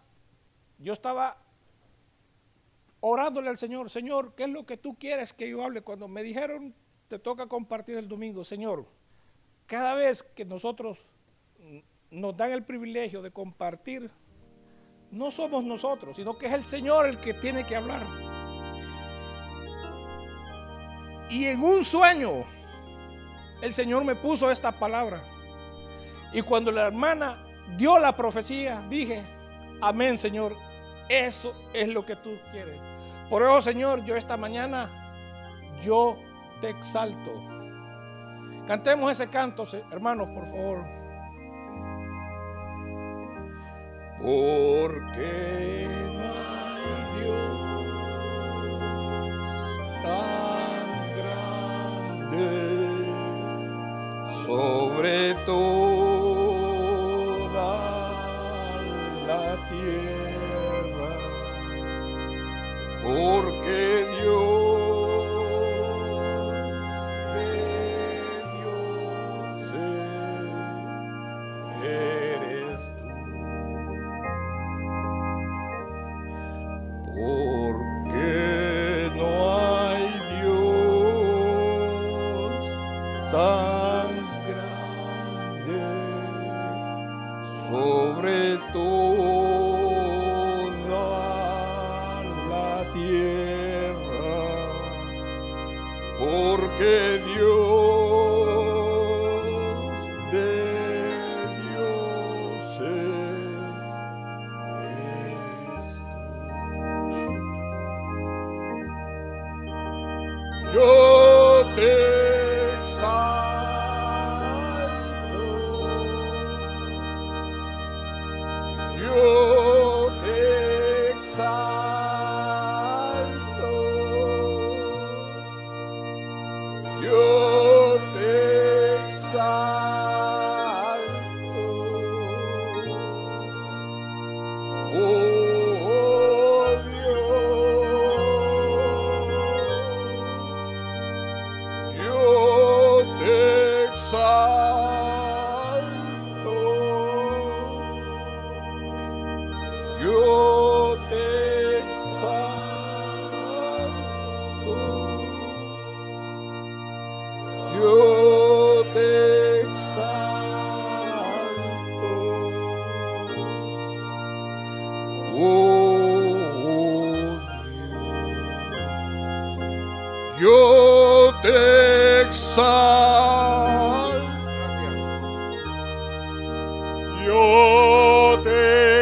orándole al Señor: Señor, ¿qué es lo que tú quieres que yo hable? Cuando me dijeron, te toca compartir el domingo, Señor, cada vez que nosotros nos dan el privilegio de compartir, no somos nosotros, sino que es el Señor el que tiene que hablar. Y en un sueño el Señor me puso esta palabra, y cuando la hermana dio la profecía, dije: amén, Señor, eso es lo que tú quieres. Por eso, Señor, yo esta mañana yo te exalto. Cantemos ese canto, hermanos, por favor. Porque no hay Dios tan grande sobre toda la tierra, porque Dios de dioses eres tú. Porque no hay Dios tan grande sobre toda la tierra, porque Dios de dioses eres tú. Yo te exalto, Yo te exalto. Gracias. Yo te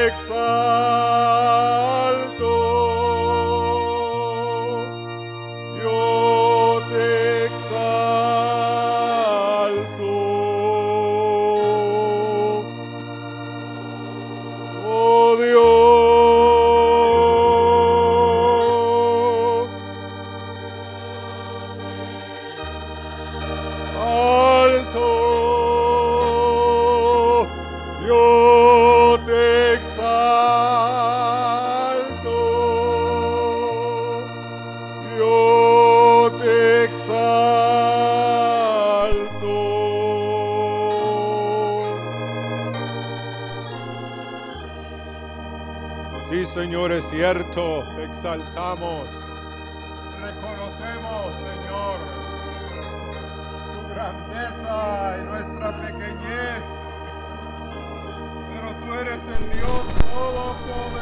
exalto. Yo te exalto. Oh Dios. Alto, yo te exalto, yo te exalto. Sí, Señor, es cierto, exaltamos, reconocemos, Señor, grandeza y nuestra pequeñez, pero tú eres el Dios todopoderoso.